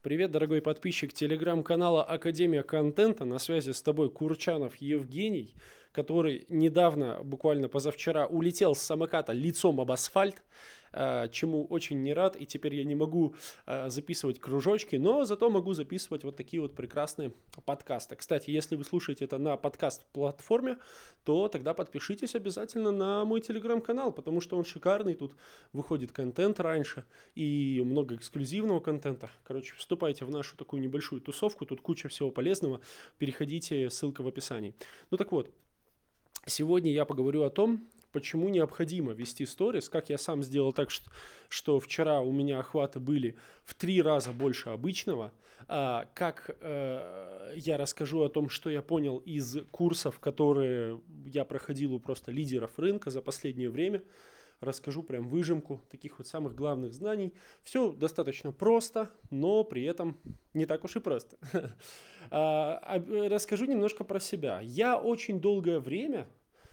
Привет, дорогой подписчик телеграм-канала Академия контента. На связи с тобой Курчанов Евгений, который недавно, буквально позавчера, улетел с самоката лицом об асфальт, чему очень не рад. И теперь я не могу записывать кружочки, но зато могу записывать вот такие вот прекрасные подкасты. Кстати, если вы слушаете это на подкаст-платформе, то тогда подпишитесь обязательно на мой телеграм-канал, потому что он шикарный, тут выходит контент раньше и много эксклюзивного контента. Короче, вступайте в нашу такую небольшую тусовку, тут куча всего полезного, переходите, ссылка в описании. Ну так вот, сегодня я поговорю о том, почему необходимо вести сторис, как я сам сделал так, что вчера у меня охваты были в 3 раза больше обычного, как я расскажу о том, что я понял из курсов, которые я проходил у просто лидеров рынка за последнее время, расскажу прям выжимку таких вот самых главных знаний. Все достаточно просто, но при этом не так уж и просто. Расскажу немножко про себя. Я очень долгое время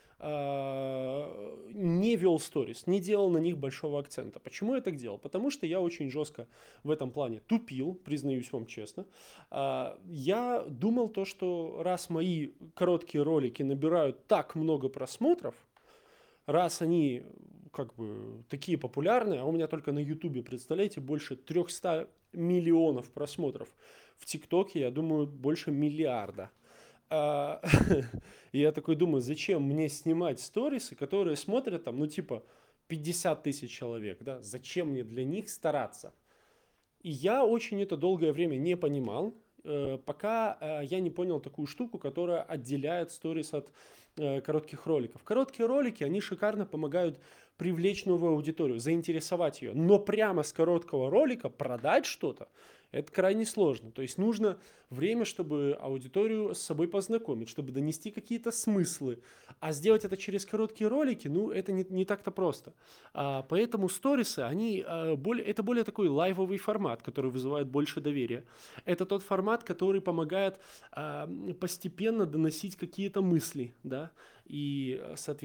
не вел сторис, не делал на них большого акцента. Почему я так делал? Потому что я очень жестко в этом плане тупил, признаюсь вам честно. Я думал то, что раз мои короткие ролики набирают так много просмотров, раз они как бы такие популярные, а у меня только на Ютубе, представляете, больше 300 миллионов просмотров. В ТикТоке, я думаю, больше миллиарда. А, И я такой думаю, зачем мне снимать сторисы, которые смотрят там, ну типа 50 тысяч человек, да? Зачем мне для них стараться? И я очень это долгое время не понимал, пока я не понял такую штуку, которая отделяет сторис от коротких роликов. Короткие ролики, они шикарно помогают привлечь новую аудиторию, заинтересовать ее. Но прямо с короткого ролика продать что-то, это крайне сложно. То есть нужно время, чтобы аудиторию с собой познакомить, чтобы донести какие-то смыслы. А сделать это через короткие ролики, ну, это не так-то просто. Поэтому сторисы, это более такой лайвовый формат, который вызывает больше доверия. Это тот формат, который помогает постепенно доносить какие-то мысли, да, и,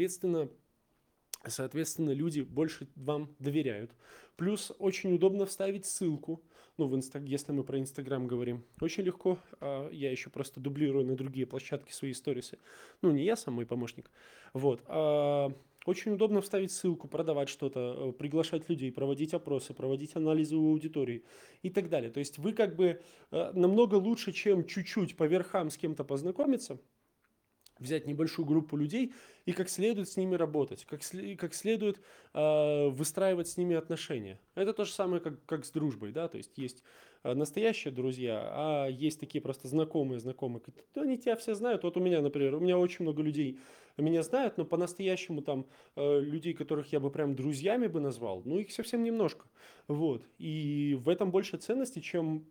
соответственно, люди больше вам доверяют. Плюс очень удобно вставить ссылку. Ну, если мы про Инстаграм говорим, очень легко. Я еще просто дублирую на другие площадки свои сторисы. Ну, не я сам, мой помощник. Вот. Очень удобно вставить ссылку, продавать что-то, приглашать людей, проводить опросы, проводить анализы у аудитории и так далее. То есть вы как бы намного лучше, чем чуть-чуть по верхам с кем-то познакомиться, взять небольшую группу людей и как следует с ними работать, как следует выстраивать с ними отношения. Это то же самое, как с дружбой, да, то есть настоящие друзья, а есть такие просто знакомые, они тебя все знают. Вот у меня, например, у меня очень много людей меня знают, но по-настоящему там людей, которых я бы прям друзьями бы назвал, ну их совсем немножко, вот. И в этом больше ценности, чем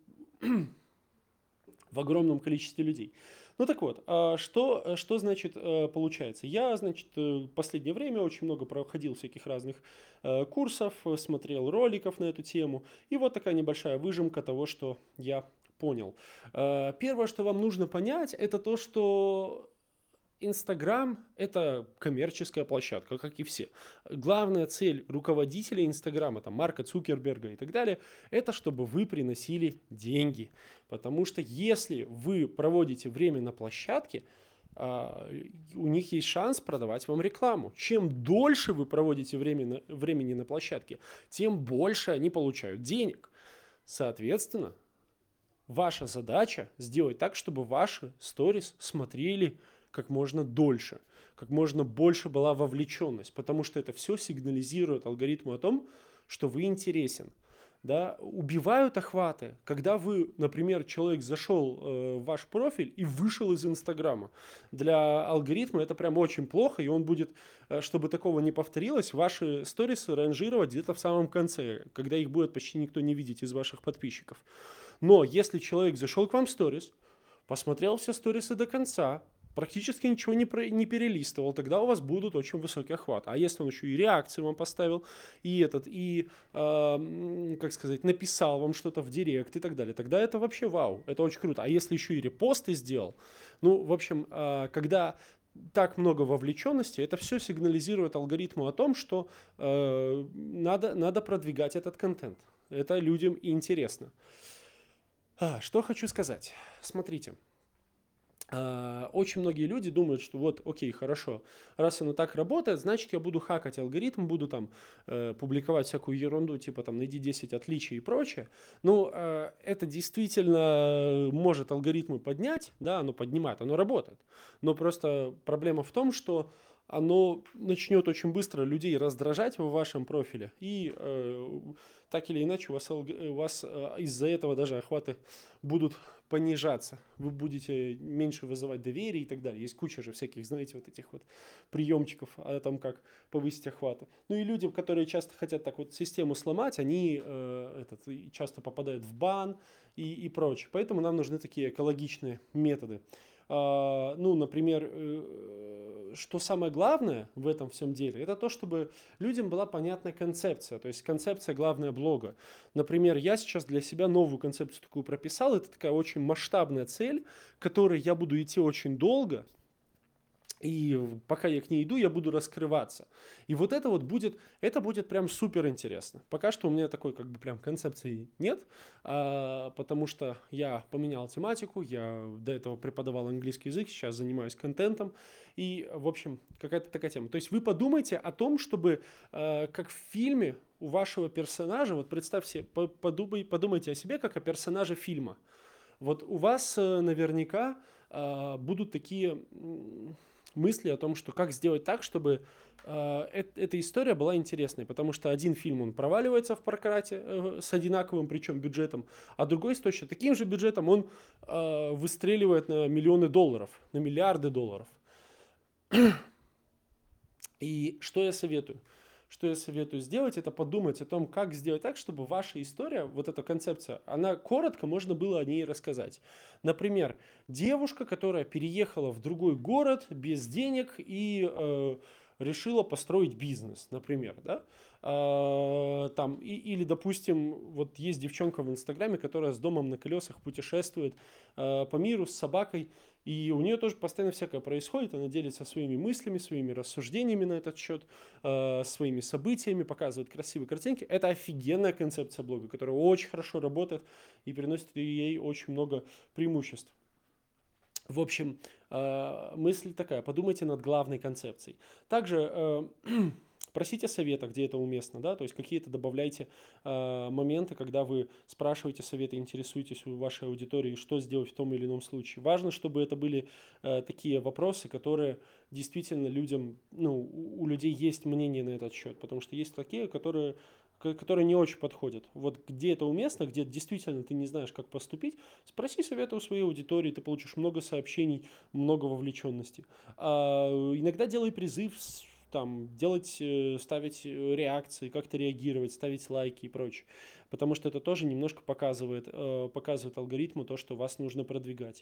в огромном количестве людей. Ну так вот, что значит получается? Я, значит, в последнее время очень много проходил всяких разных курсов, смотрел роликов на эту тему. И вот такая небольшая выжимка того, что я понял. Первое, что вам нужно понять, это то, что Инстаграм – это коммерческая площадка, как и все. Главная цель руководителя Инстаграма, там, Марка Цукерберга и так далее, это чтобы вы приносили деньги. Потому что если вы проводите время на площадке, у них есть шанс продавать вам рекламу. Чем дольше вы проводите времени на площадке, тем больше они получают денег. Соответственно, ваша задача сделать так, чтобы ваши сторис смотрели как можно дольше, как можно больше была вовлеченность, потому что это все сигнализирует алгоритму о том, что вы интересен. Да, убивают охваты, когда вы, например, человек зашел в ваш профиль и вышел из Инстаграма. Для алгоритма это прям очень плохо, и он будет, чтобы такого не повторилось, ваши сторисы ранжировать где-то в самом конце, когда их будет почти никто не видеть из ваших подписчиков. Но если человек зашел к вам в сторис, посмотрел все сторисы до конца, практически ничего не перелистывал, тогда у вас будут очень высокий охват. А если он еще и реакции вам поставил, как сказать, написал вам что-то в директ и так далее, тогда это вообще вау, это очень круто. А если еще и репосты сделал, ну, в общем, когда так много вовлеченности, это все сигнализирует алгоритму о том, что надо продвигать этот контент. Это людям интересно. Что хочу сказать. Смотрите, очень многие люди думают, что вот, окей, хорошо, раз оно так работает, значит, я буду хакать алгоритм, буду там публиковать всякую ерунду, типа там найди 10 отличий и прочее. Ну, это действительно может алгоритмы поднять, да, оно поднимает, оно работает. Но просто проблема в том, что оно начнет очень быстро людей раздражать в вашем профиле, и так или иначе у вас из-за этого даже охваты будут понижаться, вы будете меньше вызывать доверие и так далее. Есть куча же всяких, знаете, вот этих вот приемчиков о том, как повысить охваты. Ну и людям, которые часто хотят так вот систему сломать, они часто попадают в бан и прочее. Поэтому нам нужны такие экологичные методы. Ну, например, что самое главное в этом всем деле, это то, чтобы людям была понятная концепция, то есть концепция главная блога. Например, я сейчас для себя новую концепцию такую прописал, это такая очень масштабная цель, к которой я буду идти очень долго, и пока я к ней иду, я буду раскрываться. И вот это вот будет, это будет прям супер интересно. Пока что у меня такой как бы прям концепции нет, потому что я поменял тематику, я до этого преподавал английский язык, сейчас занимаюсь контентом. И, в общем, какая-то такая тема. То есть вы подумайте о том, чтобы, как в фильме, у вашего персонажа, вот представьте, подумайте о себе, как о персонаже фильма. Вот у вас наверняка будут такие мысли о том, что как сделать так, чтобы эта история была интересной, потому что один фильм, он проваливается в прокате с одинаковым, причем бюджетом, а другой с точно таким же бюджетом, он выстреливает на миллионы долларов, на миллиарды долларов. И что я советую? Что я советую сделать, это подумать о том, как сделать так, чтобы ваша история, вот эта концепция, она коротко, можно было о ней рассказать. Например, девушка, которая переехала в другой город без денег и решила построить бизнес, например, да? Или, допустим, вот есть девчонка в Инстаграме, которая с домом на колесах путешествует по миру с собакой, и у нее тоже постоянно всякое происходит, она делится своими мыслями, своими рассуждениями на этот счет, своими событиями, показывает красивые картинки. Это офигенная концепция блога, которая очень хорошо работает и приносит ей очень много преимуществ. В общем, мысль такая, подумайте над главной концепцией. Также просите совета, где это уместно, да, то есть какие-то добавляйте моменты, когда вы спрашиваете советы, интересуетесь у вашей аудитории, что сделать в том или ином случае. Важно, чтобы это были такие вопросы, которые действительно людям, ну, у людей есть мнение на этот счет, потому что есть такие, которые не очень подходят. Вот где это уместно, где действительно ты не знаешь, как поступить, спроси совета у своей аудитории, ты получишь много сообщений, много вовлеченности. Иногда делай призыв там, ставить реакции, как-то реагировать, ставить лайки и прочее. Потому что это тоже немножко показывает алгоритму то, что вас нужно продвигать.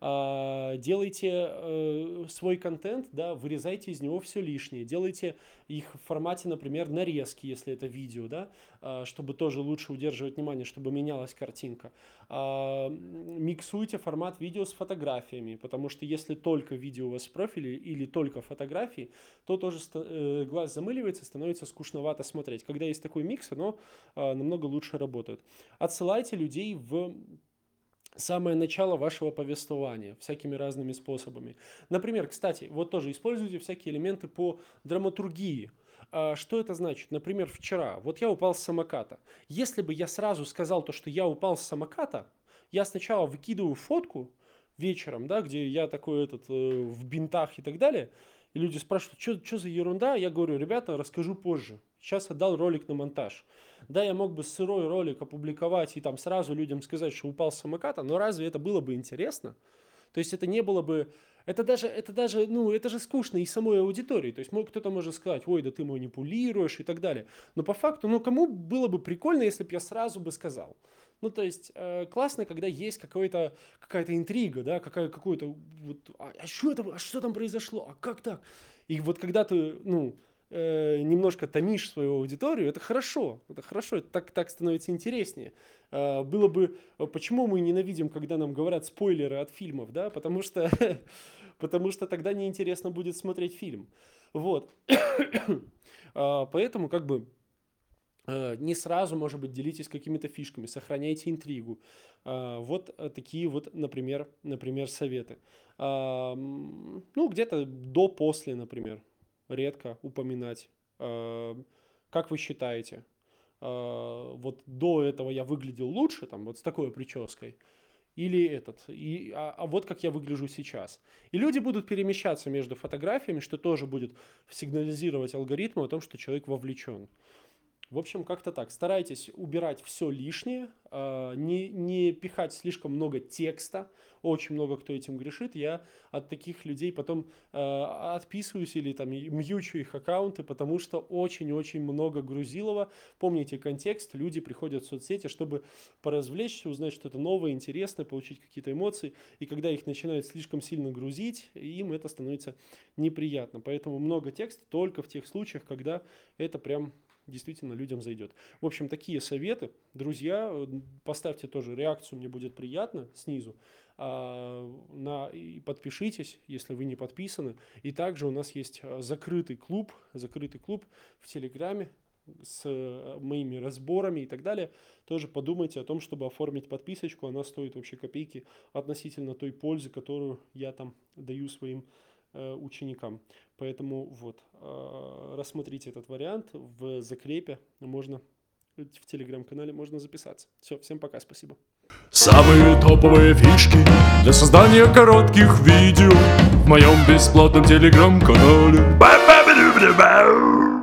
Делайте свой контент, да, вырезайте из него все лишнее. Делайте их в формате, например, нарезки, если это видео, да, чтобы тоже лучше удерживать внимание, чтобы менялась картинка. Миксуйте формат видео с фотографиями, потому что если только видео у вас в профиле или только фотографии, то тоже глаз замыливается, становится скучновато смотреть. Когда есть такой микс, оно намного лучше работает. Отсылайте людей в самое начало вашего повествования всякими разными способами. Например, кстати, вот тоже используйте всякие элементы по драматургии. Что это значит? Например, вчера, вот я упал с самоката. Если бы я сразу сказал то, что я упал с самоката, я сначала выкидываю фотку вечером, да, где я такой в бинтах и так далее, и люди спрашивают, что за ерунда, я говорю, ребята, расскажу позже. Сейчас отдал ролик на монтаж. Да, я мог бы сырой ролик опубликовать и там сразу людям сказать, что упал с самоката, но разве это было бы интересно? То есть это не было бы... ну, это же скучно и самой аудитории. То есть кто-то может сказать, ой, да ты манипулируешь и так далее. Но по факту, ну, кому было бы прикольно, если бы я сразу бы сказал? Ну, то есть классно, когда есть какая-то интрига, да, какой-то вот, что там произошло, а как так? И вот когда ты, ну, немножко томишь свою аудиторию, это хорошо, это так становится интереснее. Почему мы ненавидим, когда нам говорят спойлеры от фильмов, да, потому что тогда неинтересно будет смотреть фильм. Вот. Поэтому как бы не сразу, может быть, делитесь какими-то фишками, сохраняйте интригу. Вот такие вот, например, советы. Ну, где-то до-после, например, редко упоминать. Как вы считаете, вот до этого я выглядел лучше, там, вот с такой прической, или вот как я выгляжу сейчас. И люди будут перемещаться между фотографиями, что тоже будет сигнализировать алгоритму о том, что человек вовлечен. В общем, как-то так. Старайтесь убирать все лишнее, не пихать слишком много текста. Очень много кто этим грешит. Я от таких людей потом отписываюсь или там мьючу их аккаунты, потому что очень-очень много грузилова. Помните контекст, люди приходят в соцсети, чтобы поразвлечься, узнать что-то новое, интересное, получить какие-то эмоции. И когда их начинают слишком сильно грузить, им это становится неприятно. Поэтому много текста только в тех случаях, когда это прям действительно людям зайдет. В общем, такие советы. Друзья, поставьте тоже реакцию, мне будет приятно снизу. И подпишитесь, если вы не подписаны. И также у нас есть закрытый клуб в Телеграме с моими разборами и так далее. Тоже подумайте о том, чтобы оформить подписочку. Она стоит вообще копейки относительно той пользы, которую я там даю своим ученикам. Поэтому вот, рассмотрите этот вариант в закрепе, в телеграм-канале можно записаться. Все, всем пока, спасибо. Самые топовые фишки для создания коротких видео в моем бесплатном телеграм-канале.